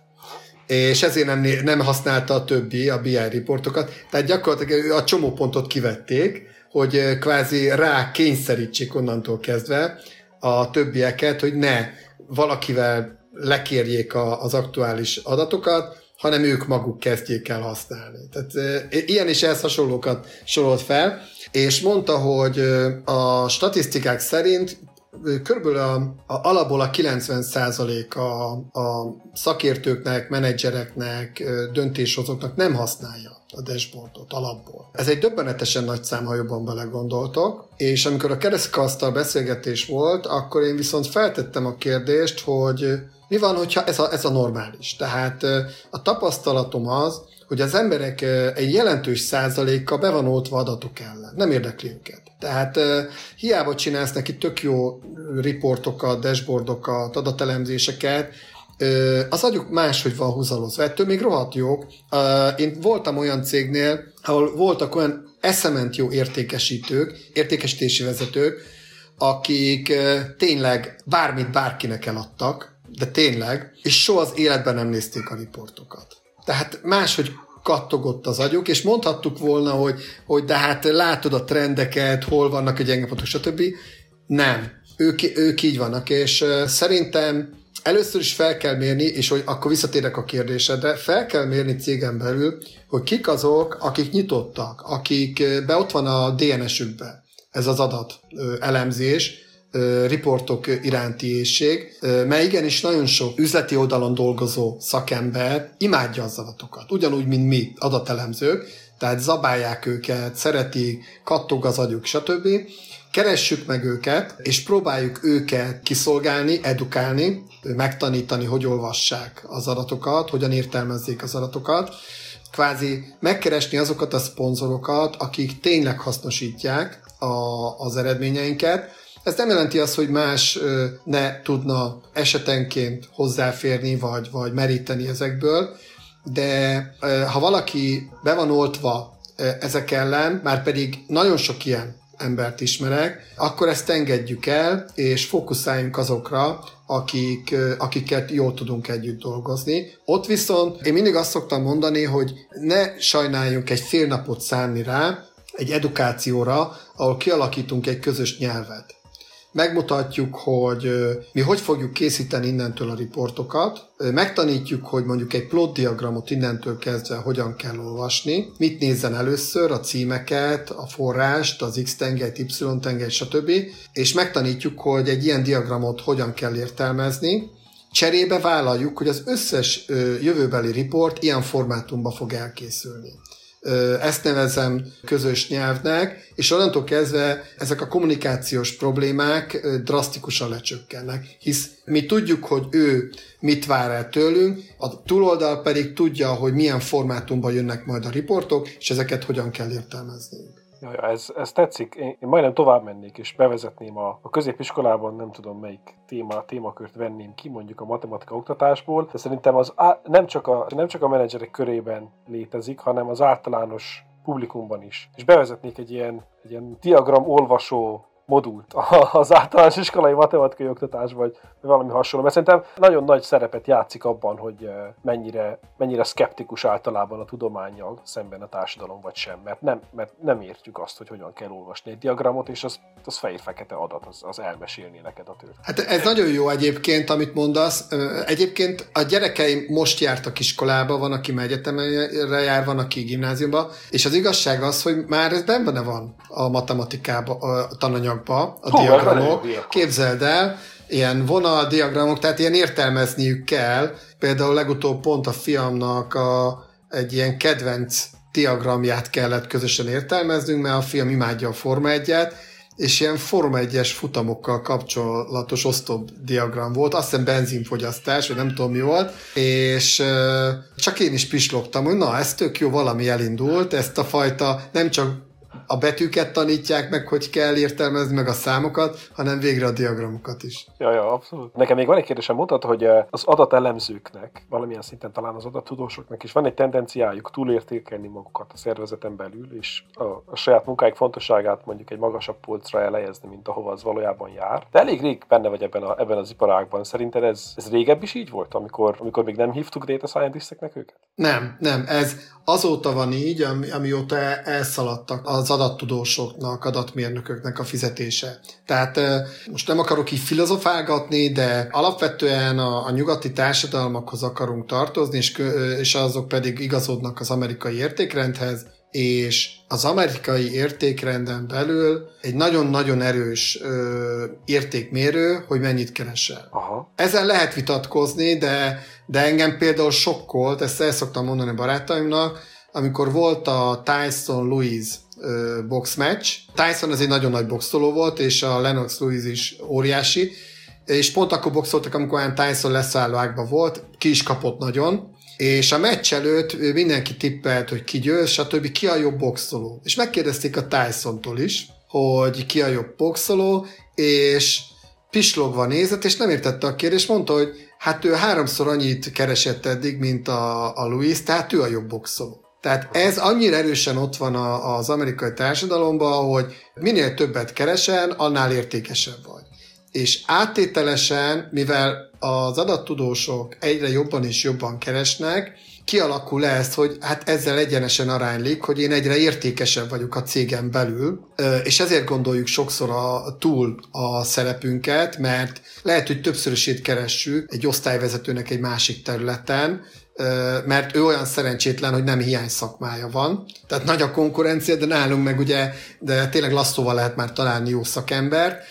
És ezért nem, nem használta a többi a bé i riportokat. Tehát gyakorlatilag a csomópontot kivették, hogy kvázi rá kényszerítsék onnantól kezdve a többieket, hogy ne valakivel lekérjék a, az aktuális adatokat, hanem ők maguk kezdjék el használni. Tehát ilyen és ehhez hasonlókat sorolt fel, és mondta, hogy a statisztikák szerint körülbelül a, a, alapból a kilencven százalék a, a szakértőknek, menedzsereknek, döntéshozóknak nem használja a dashboardot alapból. Ez egy döbbenetesen nagy szám, ha jobban belegondoltok, és amikor a kerekasztal beszélgetés volt, akkor én viszont feltettem a kérdést, hogy mi van, hogyha ez a, ez a normális? Tehát a tapasztalatom az, hogy az emberek egy jelentős százaléka be van oltva adatok ellen. Nem érdekli őket. Tehát uh, hiába csinálsz neki tök jó riportokat, dashboardokat, adatelemzéseket, uh, az agyuk máshogy van húzalozva. Ettől még rohadt jók. Uh, én voltam olyan cégnél, ahol voltak olyan eszement jó értékesítők, értékesítési vezetők, akik uh, tényleg bármit bárkinek eladtak, de tényleg, és soha az életben nem nézték a riportokat. Tehát máshogy kattogott az agyuk, és mondhattuk volna, hogy, hogy de hát látod a trendeket, hol vannak a gyenge pontok, stb. Nem. Ők, ők így vannak, és uh, szerintem először is fel kell mérni, és hogy akkor visszatérek a kérdésedre, fel kell mérni cégen belül, hogy kik azok, akik nyitottak, akik be ott van a dé en es-ükben ez az adat uh, elemzés, riportok iránti éhség, mert igenis nagyon sok üzleti oldalon dolgozó szakember imádja az adatokat. Ugyanúgy, mint mi, adatelemzők, tehát zabálják őket, szeretik, kattog az agyuk, stb. Keressük meg őket, és próbáljuk őket kiszolgálni, edukálni, megtanítani, hogy olvassák az adatokat, hogyan értelmezzék az adatokat, kvázi megkeresni azokat a szponzorokat, akik tényleg hasznosítják a, az eredményeinket. Ez nem jelenti azt, hogy más ne tudna esetenként hozzáférni, vagy, vagy meríteni ezekből, de ha valaki be van oltva ezek ellen, már pedig nagyon sok ilyen embert ismerek, akkor ezt engedjük el, és fókuszáljunk azokra, akik, akiket jól tudunk együtt dolgozni. Ott viszont én mindig azt szoktam mondani, hogy ne sajnáljunk egy fél napot szánni rá, egy edukációra, ahol kialakítunk egy közös nyelvet. Megmutatjuk, hogy mi hogy fogjuk készíteni innentől a riportokat, megtanítjuk, hogy mondjuk egy plot diagramot innentől kezdve hogyan kell olvasni, mit nézzen először, a címeket, a forrást, az X-tengelyt, Y-tengelyt, stb. És megtanítjuk, hogy egy ilyen diagramot hogyan kell értelmezni. Cserébe vállaljuk, hogy az összes jövőbeli riport ilyen formátumban fog elkészülni. Ezt nevezem közös nyelvnek, és onnantól kezdve ezek a kommunikációs problémák drasztikusan lecsökkennek, hisz mi tudjuk, hogy ő mit vár el tőlünk, a túloldal pedig tudja, hogy milyen formátumban jönnek majd a riportok, és ezeket hogyan kell értelmezni. Ja, ja, ez, ez tetszik. Én, én majdnem tovább mennék, és bevezetném a, a középiskolában, nem tudom melyik téma, témakört venném ki, mondjuk a matematika oktatásból, de szerintem az á, nem, csak a, nem csak a menedzserek körében létezik, hanem az általános publikumban is. És bevezetnék egy ilyen, egy ilyen diagram olvasó modult az általános iskolai matematikai oktatás, vagy valami hasonló. Mert szerintem nagyon nagy szerepet játszik abban, hogy mennyire, mennyire szkeptikus általában a tudománnyal szemben a társadalom, vagy sem. Mert nem, mert nem értjük azt, hogy hogyan kell olvasni egy diagramot, és az, az fehér-fekete adat, az, az elmesélni neked a történet. Hát ez nagyon jó egyébként, amit mondasz. Egyébként a gyerekeim most jártak iskolába, van, aki egyetemre jár, van, aki gimnáziumba, és az igazság az, hogy már ez benne van a matematikában, a tananyag a Hú, diagramok. Képzeld el, ilyen vonaldiagramok, tehát ilyen értelmezniük kell. Például legutóbb pont a fiamnak a, egy ilyen kedvenc diagramját kellett közösen értelmeznünk, mert a fiam imádja a Forma egyet, és ilyen Forma egyes futamokkal kapcsolatos osztop diagram volt, azt hiszem benzinfogyasztás, vagy nem tudom mi volt, és csak én is pislogtam, hogy na, ez tök jó, valami elindult, ezt a fajta nem csak a betűket tanítják meg, hogy kell értelmezni meg a számokat, hanem végre a diagramokat is. Ja, ja, abszolút. Nekem még van egy kérdésem, mondtad, hogy az adatelemzőknek, valamilyen szinten talán az adattudósoknak is van egy tendenciájuk túlértékelni magukat a szervezeten belül, és a, a saját munkáik fontosságát mondjuk egy magasabb polcra elhelyezni, mint ahova az valójában jár. De elég rég benne vagy ebben, a, ebben az iparágban. Szerinted ez, ez régebb is így volt, amikor, amikor még nem hívtuk data scientisteknek őket? Nem, nem. Ez azóta van így, ami, amióta elszaladtak az adattudósoknak, adatmérnököknek a fizetése. Tehát most nem akarok így filozofálgatni, de alapvetően a, a nyugati társadalmakhoz akarunk tartozni, és, és azok pedig igazodnak az amerikai értékrendhez, és az amerikai értékrenden belül egy nagyon-nagyon erős ö, értékmérő, hogy mennyit keresel. Aha. Ezen lehet vitatkozni, de, de engem például sokkolt, ezt el szoktam mondani barátaimnak, amikor volt a Tyson-Lewis ö, box match. Tyson az egy nagyon nagy boxoló volt, és a Lennox Lewis is óriási, és pont akkor boxoltak, amikor olyan Tyson leszálló volt, ki is kapott nagyon, és a meccs előtt mindenki tippelt, hogy ki győz, stb. Ki a jobb boxoló. És megkérdezték a Tysontól is, hogy ki a jobb boxoló, és pislogva nézett, és nem értette a kérdést, mondta, hogy hát ő háromszor annyit keresett eddig, mint a, a Lewis, tehát ő a jobb boxoló. Tehát ez annyira erősen ott van a, az amerikai társadalomban, hogy minél többet keresel, annál értékesebb vagy. És áttételesen, mivel az adattudósok egyre jobban és jobban keresnek, kialakul ezt, hogy hát ezzel egyenesen aránylik, hogy én egyre értékesebb vagyok a cégen belül, és ezért gondoljuk sokszor a, túl a szerepünket, mert lehet, hogy többszörösét keressük egy osztályvezetőnek egy másik területen, mert ő olyan szerencsétlen, hogy nem hiány szakmája van. Tehát nagy a konkurencia, de nálunk meg ugye, de tényleg lasszóval lehet már találni jó szakembert,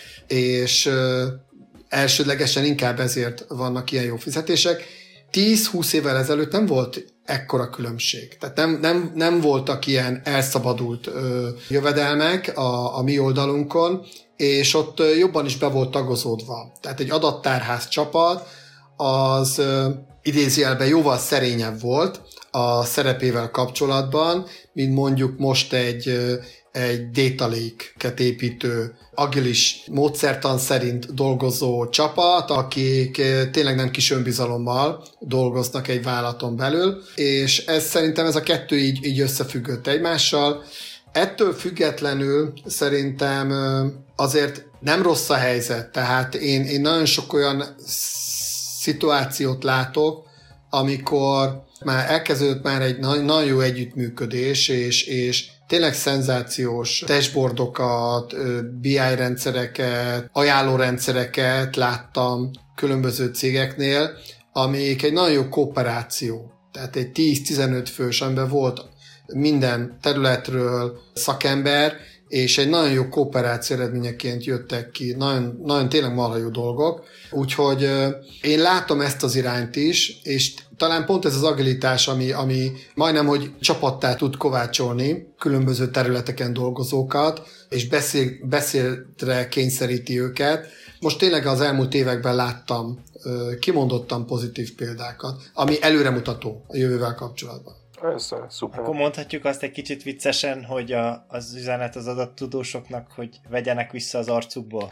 és elsődlegesen inkább ezért vannak ilyen jó fizetések. tíz-húsz évvel ezelőtt nem volt ekkora különbség. Tehát nem, nem, nem voltak ilyen elszabadult ö, jövedelmek a, a mi oldalunkon, és ott jobban is be volt tagozódva. Tehát egy adattárház csapat az ö, idézőjelben jóval szerényebb volt a szerepével kapcsolatban, mint mondjuk most egy, egy data lake-ket építő, agilis módszertan szerint dolgozó csapat, akik tényleg nem kis önbizalommal dolgoznak egy vállalaton belül, és ez szerintem ez a kettő így, így összefüggött egymással. Ettől függetlenül szerintem azért nem rossz a helyzet, tehát én, én nagyon sok olyan szituációt látok, amikor már elkezdődött már egy nagyon jó együttműködés, és, és tényleg szenzációs dashboardokat, bé i rendszereket, ajánlórendszereket láttam különböző cégeknél, amik egy nagyon jó kooperáció. Tehát egy tíz-tizenöt fős, amiben volt minden területről szakember, és egy nagyon jó kooperáció eredményeként jöttek ki, nagyon, nagyon tényleg marha jó dolgok. Úgyhogy én látom ezt az irányt is, és talán pont ez az agilitás, ami, ami majdnem, hogy csapattá tud kovácsolni különböző területeken dolgozókat, és beszél, beszélre kényszeríti őket. Most tényleg az elmúlt években láttam kimondottan pozitív példákat, ami előremutató a jövővel kapcsolatban. Ez szuper. Akkor mondhatjuk azt egy kicsit viccesen, hogy a, az üzenet az adattudósoknak, hogy vegyenek vissza az arcukból.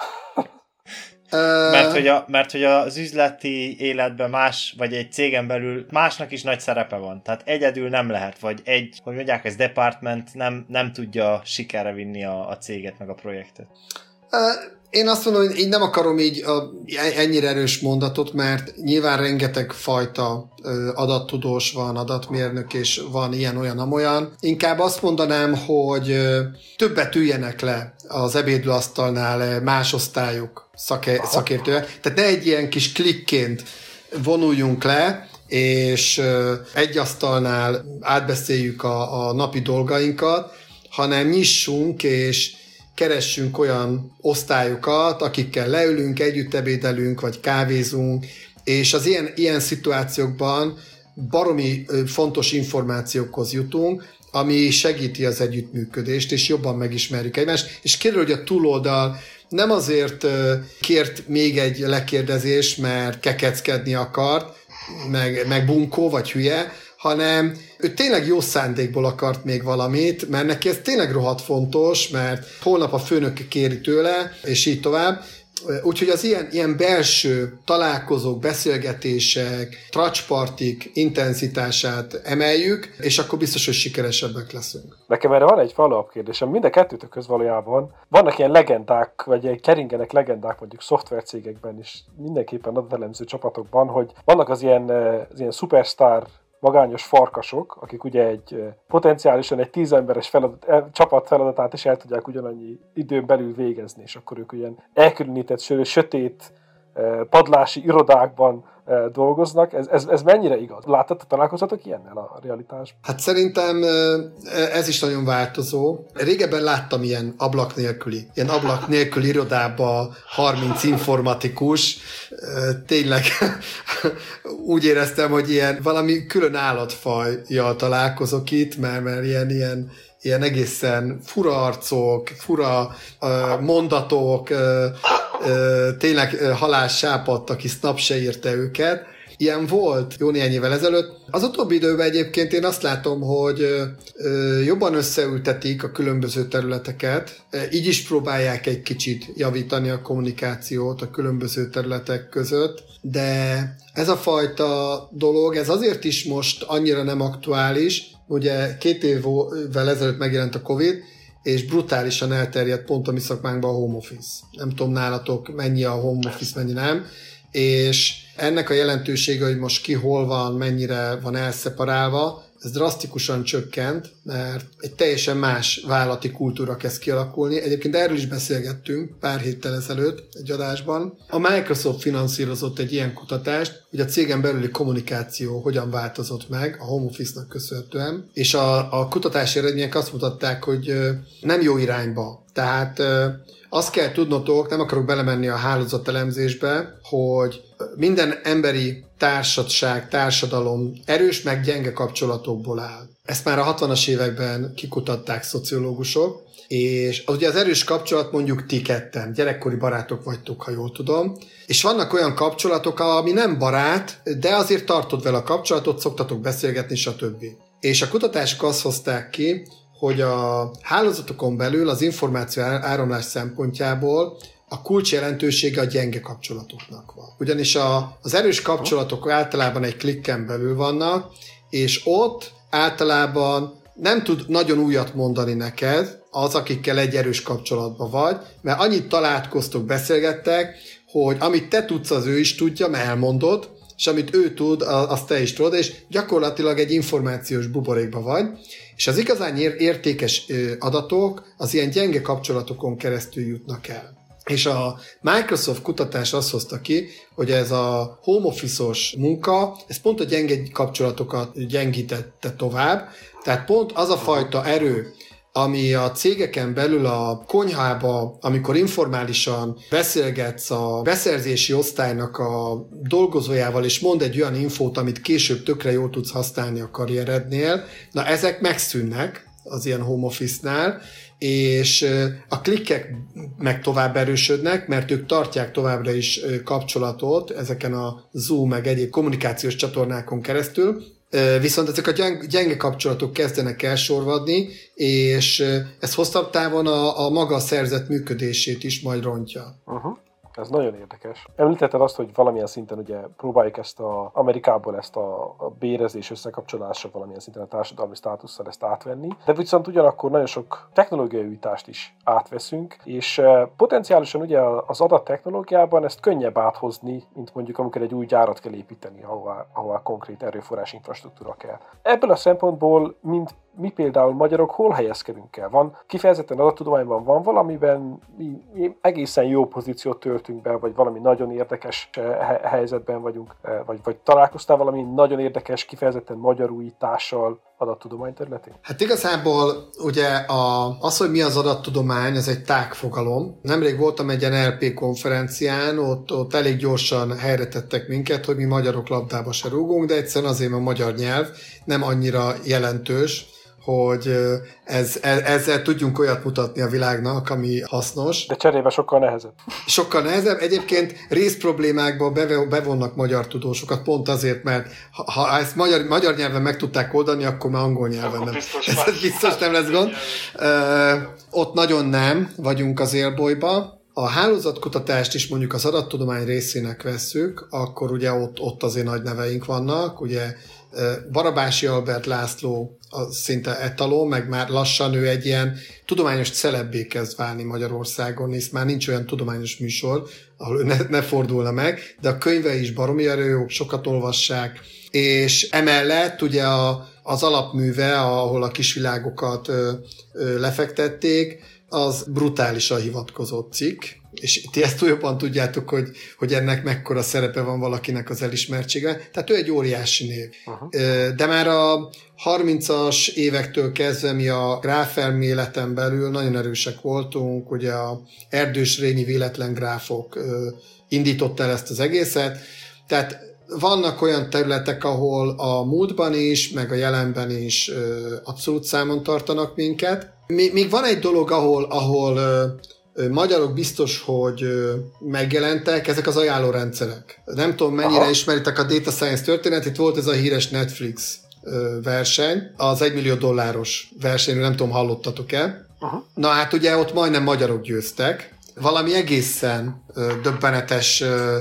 mert, hogy a, mert hogy az üzleti életben más, vagy egy cégen belül másnak is nagy szerepe van. Tehát egyedül nem lehet, vagy egy, hogy mondják, ez department nem, nem tudja sikerre vinni a, a céget, meg a projektet. Én azt mondom, hogy én nem akarom így a, ennyire erős mondatot, mert nyilván rengeteg fajta adattudós van, adatmérnök, és van ilyen, olyan, amolyan. Inkább azt mondanám, hogy többet üljenek le az ebédlőasztalnál más osztályok szake, szakértőek. Tehát ne egy ilyen kis klikként vonuljunk le, és egy asztalnál átbeszéljük a, a napi dolgainkat, hanem nyissunk, és keressünk olyan osztályokat, akikkel leülünk, együtt ebédelünk, vagy kávézunk, és az ilyen, ilyen szituációkban baromi fontos információkhoz jutunk, ami segíti az együttműködést, és jobban megismerjük egymást, és kiderül, hogy a túloldal nem azért kért még egy lekérdezés, mert kekeckedni akart, meg, meg bunkó, vagy hülye, hanem ő tényleg jó szándékból akart még valamit, mert neki ez tényleg rohadt fontos, mert holnap a főnök kéri tőle, és így tovább. Úgyhogy az ilyen, ilyen belső találkozók, beszélgetések, tracspartik intenzitását emeljük, és akkor biztos, hogy sikeresebbek leszünk. Nekem erre van egy follow-up kérdésem. Mind a kettőtök köz valójában vannak ilyen legendák, vagy ilyen keringenek legendák mondjuk szoftvercégekben is, mindenképpen adatelemző csapatokban, hogy vannak az ilyen, az ilyen superstar magányos farkasok, akik ugye egy potenciálisan egy tízemberes feladat, csapat feladatát is el tudják ugyanannyi időn belül végezni, és akkor ők ilyen elkülönített, sötét padlási irodákban dolgoznak. Ez, ez, ez mennyire igaz? Láttatok, találkoztatok ilyennel a realitásban? Hát szerintem ez is nagyon változó. Régebben láttam ilyen ablak nélküli, ilyen ablak nélküli irodába harminc informatikus. Tényleg úgy éreztem, hogy ilyen valami külön állatfajjal találkozok itt, mert, mert ilyen, ilyen ilyen egészen fura arcok, fura uh, mondatok, uh, uh, tényleg uh, halás sápadt, aki snap se írta őket. Ilyen volt jó néhány évvel ezelőtt. Az utóbbi időben egyébként én azt látom, hogy uh, jobban összeültetik a különböző területeket, uh, így is próbálják egy kicsit javítani a kommunikációt a különböző területek között, de ez a fajta dolog, ez azért is most annyira nem aktuális. Ugye két évvel ezelőtt megjelent a Covid, és brutálisan elterjedt pont a mi szakmánkban a home office. Nem tudom nálatok mennyi a home office, mennyi nem, és ennek a jelentősége, hogy most ki hol van, mennyire van elszeparálva, ez drasztikusan csökkent, mert egy teljesen más vállalati kultúra kezd kialakulni. Egyébként erről is beszélgettünk pár héttel ezelőtt egy adásban. A Microsoft finanszírozott egy ilyen kutatást, hogy a cégen belüli kommunikáció hogyan változott meg a home office-nak köszönhetően, és a, a kutatási eredmények azt mutatták, hogy nem jó irányba. Tehát azt kell tudnotok, nem akarok belemenni a hálózatelemzésbe, hogy minden emberi társaság, társadalom erős meg gyenge kapcsolatokból áll. Ezt már a hatvanas években kikutatták szociológusok, és az ugye az erős kapcsolat mondjuk ti ketten, gyerekkori barátok vagytok, ha jól tudom, és vannak olyan kapcsolatok, ami nem barát, de azért tartod vele a kapcsolatot, szoktatok beszélgetni, stb. És a kutatások azt hozták ki, hogy a hálózatokon belül az információ áramlás szempontjából a kulcs jelentősége a gyenge kapcsolatoknak van. Ugyanis a, az erős kapcsolatok általában egy klikken belül vannak, és ott általában nem tud nagyon újat mondani neked az, akikkel egy erős kapcsolatban vagy, mert annyit találkoztok, beszélgettek, hogy amit te tudsz, az ő is tudja, mert elmondod, és amit ő tud, azt te is tudod, és gyakorlatilag egy információs buborékban vagy, és az igazán értékes adatok az ilyen gyenge kapcsolatokon keresztül jutnak el. És a Microsoft kutatás azt hozta ki, hogy ez a home office-os munka, ez pont a gyenge kapcsolatokat gyengítette tovább, tehát pont az a fajta erő, ami a cégeken belül a konyhába, amikor informálisan beszélgetsz a beszerzési osztálynak a dolgozójával, és mond egy olyan infót, amit később tökre jól tudsz használni a karrierednél, na ezek megszűnnek az ilyen home office-nál, és a klikkek meg tovább erősödnek, mert ők tartják továbbra is kapcsolatot ezeken a Zoom meg egyéb kommunikációs csatornákon keresztül, viszont ezek a gyenge kapcsolatok kezdenek elsorvadni, és ez hosszabb távon a, a maga szerzet működését is majd rontja. Uh-huh. Ez nagyon érdekes. Említetted azt, hogy valamilyen szinten ugye próbáljuk ezt a Amerikából ezt a, a bérezés összekapcsolásra valamilyen szinten a társadalmi státusszal ezt átvenni, de viszont ugyanakkor nagyon sok technológiai újítást is átveszünk, és potenciálisan ugye az adattechnológiában ezt könnyebb áthozni, mint mondjuk amikor egy új gyárat kell építeni, ahová, ahová konkrét erőforrás infrastruktúra kell. Ebből a szempontból, mint mi például magyarok hol helyezkedünk el? Van kifejezetten adattudományban van valamiben mi, mi egészen jó pozíciót töltünk be, vagy valami nagyon érdekes helyzetben vagyunk, vagy, vagy találkoztál valami nagyon érdekes, kifejezetten magyar újítással adattudomány területén? Hát igazából ugye a, az, hogy mi az adattudomány, ez egy tágfogalom. Nemrég voltam egy ilyen el pé konferencián, ott, ott elég gyorsan helyre tettek minket, hogy mi magyarok labdába se rúgunk, de egyszerűen azért, mert a magyar nyelv nem annyira jelentős, hogy ez, ezzel tudjunk olyat mutatni a világnak, ami hasznos. De cserébe sokkal nehezebb. Sokkal nehezebb. Egyébként részproblémákban bevonnak magyar tudósokat, pont azért, mert ha, ha ezt magyar, magyar nyelven meg tudták oldani, akkor már angol nyelven nem. Biztos, ez biztos nem lesz gond. Uh, ott nagyon nem vagyunk az élbolyba. A hálózatkutatást is mondjuk az adattudomány részének vesszük, akkor ugye ott, ott azért nagy neveink vannak, ugye Barabási Albert László a szinte etalon, meg már lassan ő egy ilyen tudományos celebbé kezd válni Magyarországon, hisz már nincs olyan tudományos műsor, ahol ő ne, ne fordulna meg, de a könyvei is baromi erőjók, sokat olvassák, és emellett ugye a, az alapműve, ahol a kisvilágokat ö, ö, lefektették, az brutálisan hivatkozott cikk, és ti ezt jobban tudjátok, hogy, hogy ennek mekkora szerepe van valakinek az elismertsége. Tehát ő egy óriási név. Uh-huh. De már a harmincas évektől kezdve mi a gráfelméleten belül nagyon erősek voltunk, ugye a Erdős-Rényi véletlen gráfok indított el ezt az egészet. Tehát vannak olyan területek, ahol a múltban is, meg a jelenben is abszolút számon tartanak minket. Még van egy dolog, ahol, ahol magyarok biztos, hogy megjelentek, ezek az ajánlórendszerek. Nem tudom, mennyire Aha. ismeritek a data science történetét, volt ez a híres Netflix verseny, az egymillió dolláros versenyről, nem tudom, hallottatok-e? Aha. Na hát ugye ott majdnem magyarok győztek. Valami egészen döbbenetes,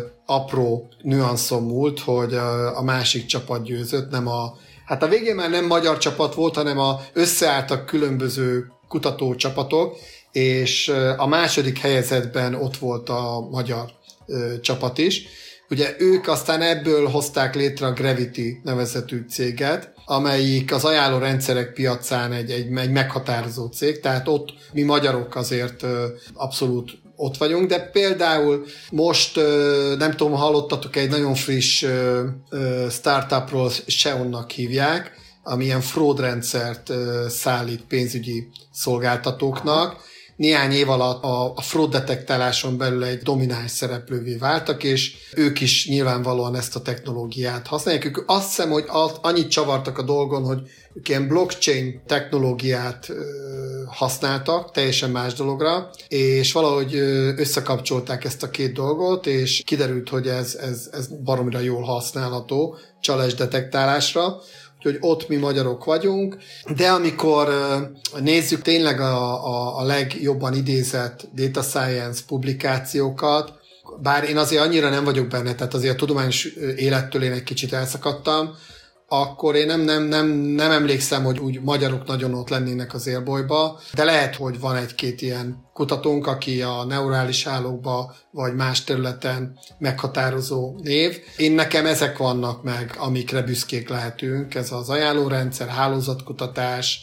apró nüanszon múlt, hogy a másik csapat győzött, nem a... Hát a végén már nem magyar csapat volt, hanem a összeálltak különböző kutatócsapatok, és a második helyezetben ott volt a magyar ö, csapat is. Ugye ők aztán ebből hozták létre a Gravity nevezetű céget, amelyik az ajánló rendszerek piacán egy, egy, egy meghatározó cég, tehát ott mi magyarok azért ö, abszolút ott vagyunk, de például most ö, nem tudom, hallottatok egy nagyon friss ö, ö, startupról, Seonnak hívják, ami ilyen fraud rendszert ö, szállít pénzügyi szolgáltatóknak, néhány év alatt a, a fraud detektáláson belül egy domináns szereplővé váltak, és ők is nyilvánvalóan ezt a technológiát használják. Ők azt hiszem, hogy annyit csavartak a dolgon, hogy ők ilyen blockchain technológiát ö, használtak, teljesen más dologra, és valahogy ö, összekapcsolták ezt a két dolgot, és kiderült, hogy ez, ez, ez baromira jól használható csalás detektálásra. Úgyhogy ott mi magyarok vagyunk, de amikor uh, nézzük tényleg a, a, a legjobban idézett data science publikációkat, bár én azért annyira nem vagyok benne, tehát azért a tudományos élettől én egy kicsit elszakadtam, akkor én nem, nem, nem, nem emlékszem, hogy úgy magyarok nagyon ott lennének az élbolyba, de lehet, hogy van egy-két ilyen kutatónk, aki a neurális hálókba vagy más területen meghatározó név. Én nekem ezek vannak meg, amikre büszkék lehetünk, ez az ajánlórendszer, hálózatkutatás.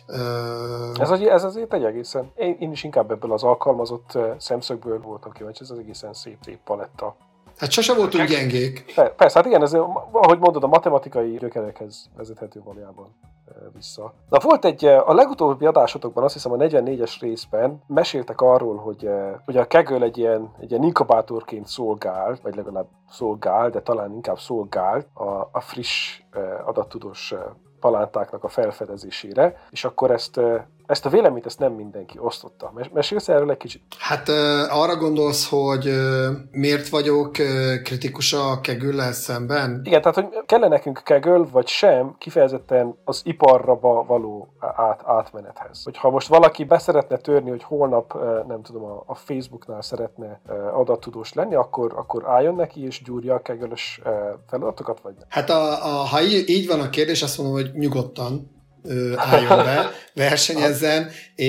Ez, ez azért egy egészen, én, én is inkább ebből az alkalmazott szemszögből voltam kíváncsi, ez az egészen szép, szép paletta. Hát sose voltunk gyengék. Persze, hát igen, ez, ahogy mondod, a matematikai gyökerekhez vezethető valójában vissza. Na volt egy, a legutóbbi adásotokban, azt hiszem a negyvennégyes részben meséltek arról, hogy, hogy a Kaggle egy ilyen, egy ilyen inkubátorként szolgál, vagy legalább szolgál, de talán inkább szolgál a, a friss adattudós palántáknak a felfedezésére, és akkor ezt, ezt a véleményt ezt nem mindenki osztotta. Mesélsz erről egy kicsit? Hát arra gondolsz, hogy miért vagyok kritikus a Kaggle-lel szemben? Igen, tehát hogy kell nekünk Kaggle, vagy sem, kifejezetten az iparra való át, átmenethez. Hogyha most valaki beszeretne törni, hogy holnap, nem tudom, a, a Facebooknál szeretne adattudós lenni, akkor, akkor álljon neki és gyúrja a Kaggle-ös feladatokat, vagy nem? Hát a, a, ha így, így van a kérdés, azt mondom, hogy nyugodtan ö, álljon be, versenyezzen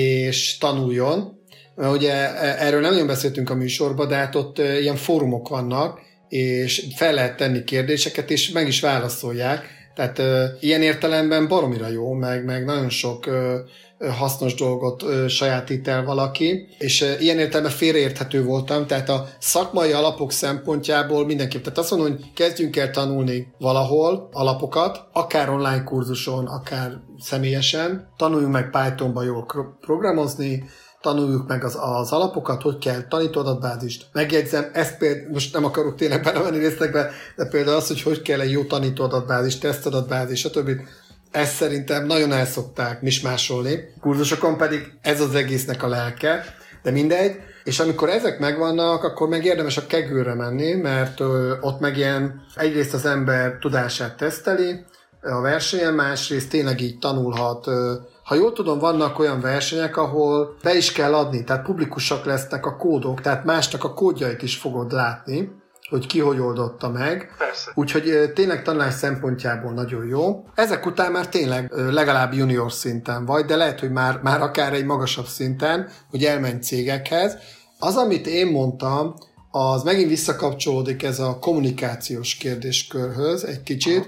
és tanuljon. Ugye erről nem nagyon beszéltünk a műsorban, de hát ott ilyen fórumok vannak, és fel lehet tenni kérdéseket, és meg is válaszolják. Tehát ö, ilyen értelemben baromira jó, meg, meg nagyon sok ö, hasznos dolgot ö, sajátít el valaki, és ö, ilyen értelemben félreérthető voltam, tehát a szakmai alapok szempontjából mindenképp. Tehát azt mondom, hogy kezdjünk el tanulni valahol alapokat, akár online kurzuson, akár személyesen, tanuljunk meg Pythonba jól programozni, tanuljuk meg az, az alapokat, hogy kell tanító adatbázist. Megjegyzem, ezt például, most nem akarok tényleg belemenni részletekbe, de például az, hogy hogy kell egy jó tanító adatbázis, teszt adatbázis, stb. Ezt szerintem nagyon el szokták mismásolni. Kurzusokon pedig ez az egésznek a lelke, de mindegy. És amikor ezek megvannak, akkor meg érdemes a Kaggle-re menni, mert ö, ott meg ilyen egyrészt az ember tudását teszteli a versenyen, másrészt tényleg így tanulhat. Ö, ha jól tudom, vannak olyan versenyek, ahol be is kell adni, tehát publikusak lesznek a kódok, tehát másnak a kódjait is fogod látni, hogy ki hogy oldotta meg. Persze. Úgyhogy tényleg tanulás szempontjából nagyon jó. Ezek után már tényleg legalább junior szinten vagy, de lehet, hogy már, már akár egy magasabb szinten, hogy elmenj cégekhez. Az, amit én mondtam, az megint visszakapcsolódik ez a kommunikációs kérdéskörhöz egy kicsit,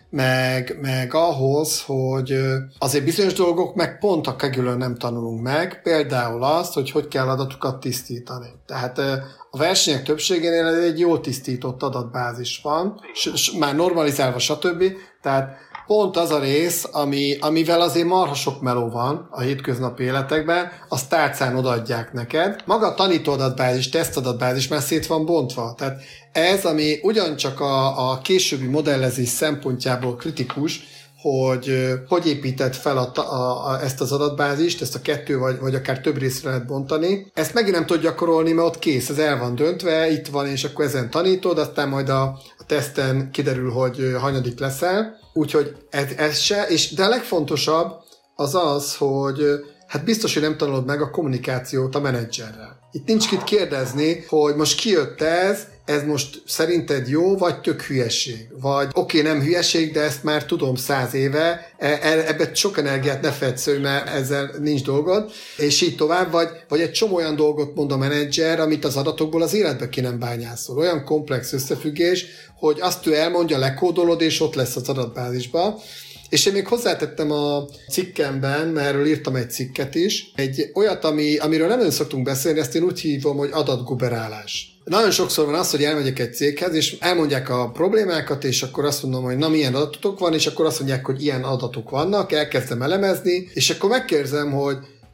meg, meg ahhoz, hogy azért bizonyos dolgok meg pont a Kaggle-ön nem tanulunk meg, például azt, hogy hogy kell adatokat tisztítani. Tehát a versenyek többségénél egy jól tisztított adatbázis van, s, s, már normalizálva, stb. Tehát pont az a rész, ami, amivel azért marha sok meló van a hétköznapi életekben, azt tárcán odaadják neked. Maga a tanító adatbázis, teszt adatbázis már szét van bontva. Tehát ez, ami ugyancsak a, a későbbi modellezés szempontjából kritikus, hogy hogy épített fel a, a, a, ezt az adatbázist, ezt a kettő vagy, vagy akár több részre lehet bontani. Ezt megint nem tud gyakorolni, mert ott kész, ez el van döntve, itt van, és akkor ezen tanítod, aztán majd a, a teszten kiderül, hogy hanyadik leszel. Úgyhogy ez, ez se, és, de a legfontosabb az az, hogy hát biztos, hogy nem tanulod meg a kommunikációt a menedzserrel. Itt nincs kit kérdezni, hogy most kijött ez, ez most szerinted jó, vagy tök hülyeség? Vagy oké, okay, nem hülyeség, de ezt már tudom száz éve, ebbe sok energiát ne fedsz, mert ezzel nincs dolgod, és így tovább, vagy, vagy egy csomó olyan dolgot mond a menedzser, amit az adatokból az életbe ki nem bányászol. Olyan komplex összefüggés, hogy azt ő elmondja, lekódolod, és ott lesz az adatbázisba. És én még hozzátettem a cikkemben, mert erről írtam egy cikket is, egy olyat, ami, amiről nem nagyon szoktunk beszélni, ezt én úgy hívom, hogy adatguberálás. Nagyon sokszor van az, hogy elmegyek egy céghez, és elmondják a problémákat, és akkor azt mondom, hogy na milyen adatotok van, és akkor azt mondják, hogy ilyen adatok vannak, elkezdem elemezni, és akkor megkérdezem, hogy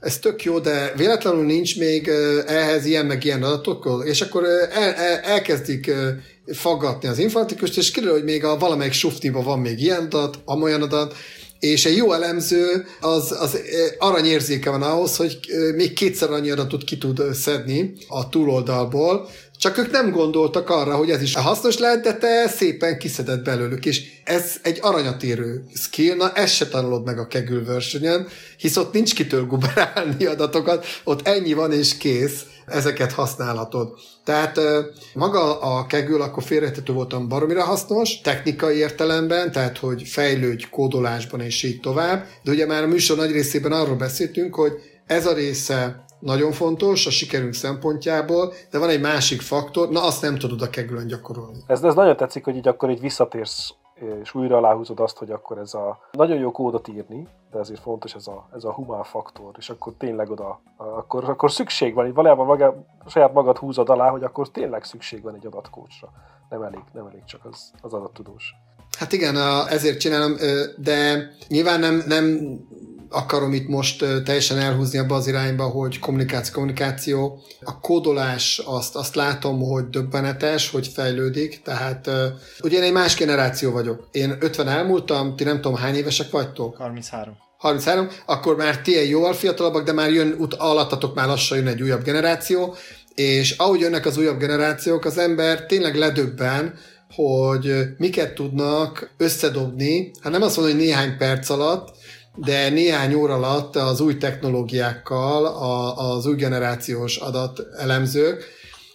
ez tök jó, de véletlenül nincs még ehhez ilyen meg ilyen adatok, és akkor el, el, elkezdik faggatni az informatikust, és kiderül, hogy még a valamelyik sufniban van még ilyen adat, amolyan adat, és egy jó elemző az, az aranyérzéke van ahhoz, hogy még kétszer annyi adatot ki tud szedni a túloldalból, csak ők nem gondoltak arra, hogy ez is hasznos lehet, de te szépen kiszedett belőlük, és ez egy aranyat érő skill, na ezt se tanulod meg a Kaggle versenyen, hisz ott nincs kitől guberálni adatokat, ott ennyi van és kész, ezeket használhatod. Tehát maga a Kaggle akkor félreérthető voltam baromira hasznos, technikai értelemben, tehát hogy fejlődj kódolásban és így tovább, de ugye már a műsor nagy részében arról beszéltünk, hogy ez a része nagyon fontos a sikerünk szempontjából, de van egy másik faktor, na azt nem tudod a Kaggle-en gyakorolni. Ez, ez nagyon tetszik, hogy így akkor így visszatérsz, és újra aláhúzod azt, hogy akkor ez a nagyon jó kódot írni, de ezért fontos ez a, ez a humán faktor, és akkor tényleg oda, akkor, akkor szükség van, így valójában maga, saját magad húzod alá, hogy akkor tényleg szükség van egy adatkócsra. Nem elég, nem elég csak az, az adattudós. Hát igen, ezért csinálom, de nyilván nem, nem akarom itt most teljesen elhúzni abba az irányba, hogy kommunikáció, kommunikáció. A kódolás, azt, azt látom, hogy döbbenetes, hogy fejlődik, tehát ugye én egy más generáció vagyok. Én ötven elmúltam, ti nem tudom hány évesek vagytok? harminchárom. harminchárom, akkor már ti egy jóval fiatalabbak, de már jön, ut- alattatok már lassan jön egy újabb generáció, és ahogy jönnek az újabb generációk, az ember tényleg ledöbben, hogy miket tudnak összedobni, hát nem azt mondom, hogy néhány perc alatt, de néhány óra alatt az új technológiákkal, a, az új generációs adatelemzők,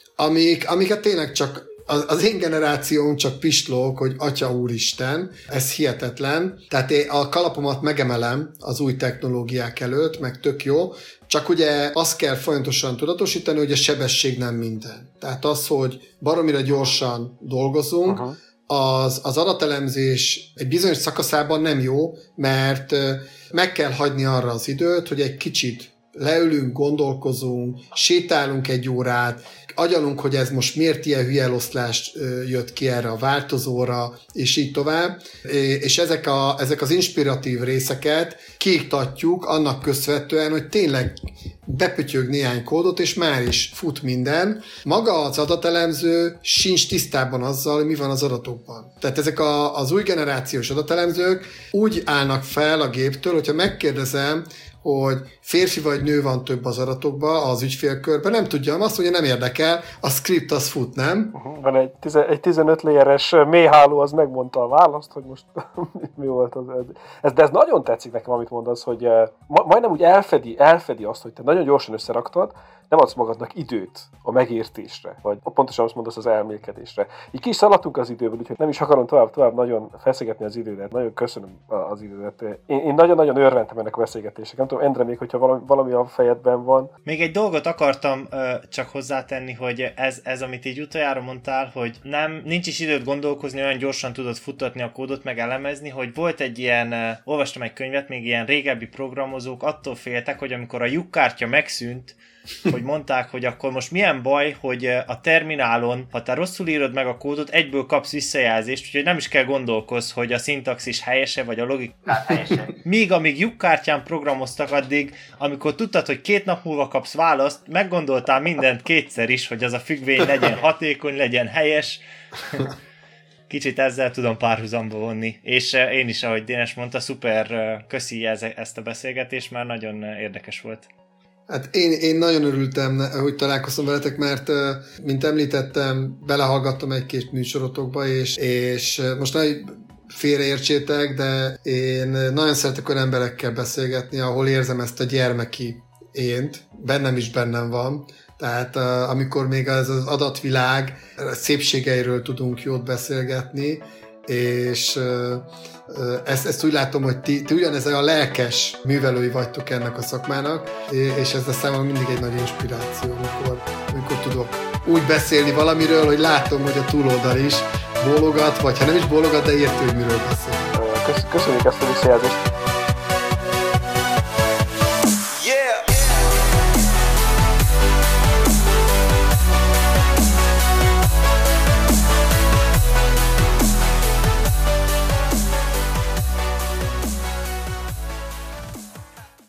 amik, amiket tényleg csak az, az én generációm csak pislók, hogy atya úristen, ez hihetetlen. Tehát én a kalapomat megemelem az új technológiák előtt, meg tök jó, csak ugye azt kell folyamatosan tudatosítani, hogy a sebesség nem minden. Tehát az, hogy baromira gyorsan dolgozunk, uh-huh. Az, az adatelemzés egy bizonyos szakaszában nem jó, mert meg kell hagyni arra az időt, hogy egy kicsit leülünk, gondolkozunk, sétálunk egy órát, agyalunk, hogy ez most miért ilyen hülye eloszlást jött ki erre a változóra, és így tovább. És ezek, a, ezek az inspiratív részeket kiiktatjuk annak köszönhetően, hogy tényleg bepötyög néhány kódot, és már is fut minden. Maga az adatelemző sincs tisztában azzal, hogy mi van az adatokban. Tehát ezek a, az új generációs adatelemzők úgy állnak fel a géptől, hogyha megkérdezem, hogy férfi vagy nő van több az adatokban, az ügyfélkörben, nem tudjam, azt mondja, nem érdekel, a script az fut, nem? Uh-huh. Van egy, tize, egy tizenöt layeres mélyháló, az megmondta a választ, hogy most mi volt az. Ez, de ez nagyon tetszik nekem, amit mondasz, hogy ma, majdnem úgy elfedi, elfedi azt, hogy te nagyon gyorsan összeraktad, nem adsz magadnak időt a megértésre, vagy pontosan azt mondasz az elmélkedésre. Így ki is szaladtunk az időből, úgyhogy nem is akarom tovább, tovább nagyon feszegetni az idődet, nagyon köszönöm az idődet. Én, én nagyon-nagyon örventem ennek a beszélgetésnek. Nem tudom, Endre, még hogyha valami, valami a fejedben van. Még egy dolgot akartam uh, csak hozzátenni, hogy ez, ez, amit így utoljára mondtál, hogy nem, nincs is időt gondolkozni, olyan gyorsan tudod futtatni a kódot, meg elemezni, hogy volt egy ilyen, uh, olvastam egy könyvet, még ilyen régebbi programozók attól féltek, hogy amikor a lyukkártya megszűnt, hogy mondták, hogy akkor most milyen baj, hogy a terminálon, ha te rosszul írod meg a kódot, egyből kapsz visszajelzést, úgyhogy nem is kell gondolkozni, hogy a szintaxis helyese, vagy a logika helyese. Míg amíg lyukkártyán programoztak addig, amikor tudtad, hogy két nap múlva kapsz választ, meggondoltál mindent kétszer is, hogy az a függvény legyen hatékony, legyen helyes. Kicsit ezzel tudom párhuzamba vonni. És én is, ahogy Dénes mondta, szuper köszi ezt a beszélgetést, már nagyon érdekes volt. Hát én, én nagyon örültem, hogy találkoztam veletek, mert mint említettem, belehallgattam egy-két műsorotokba, és, és most nagyon félreértsétek, de én nagyon szeretek olyan emberekkel beszélgetni, ahol érzem ezt a gyermeki ént, bennem is bennem van. Tehát amikor még az, az adatvilág szépségeiről tudunk jót beszélgetni, és ezt, ezt úgy látom, hogy ti, ti ugyanez a lelkes művelői vagytok ennek a szakmának, és ez a számomra mindig egy nagy inspiráció, amikor, amikor tudok úgy beszélni valamiről, hogy látom, hogy a túloldal is bólogat, vagy ha nem is bólogat, de értő, hogy miről beszél. Köszönjük ezt a visszajelzést.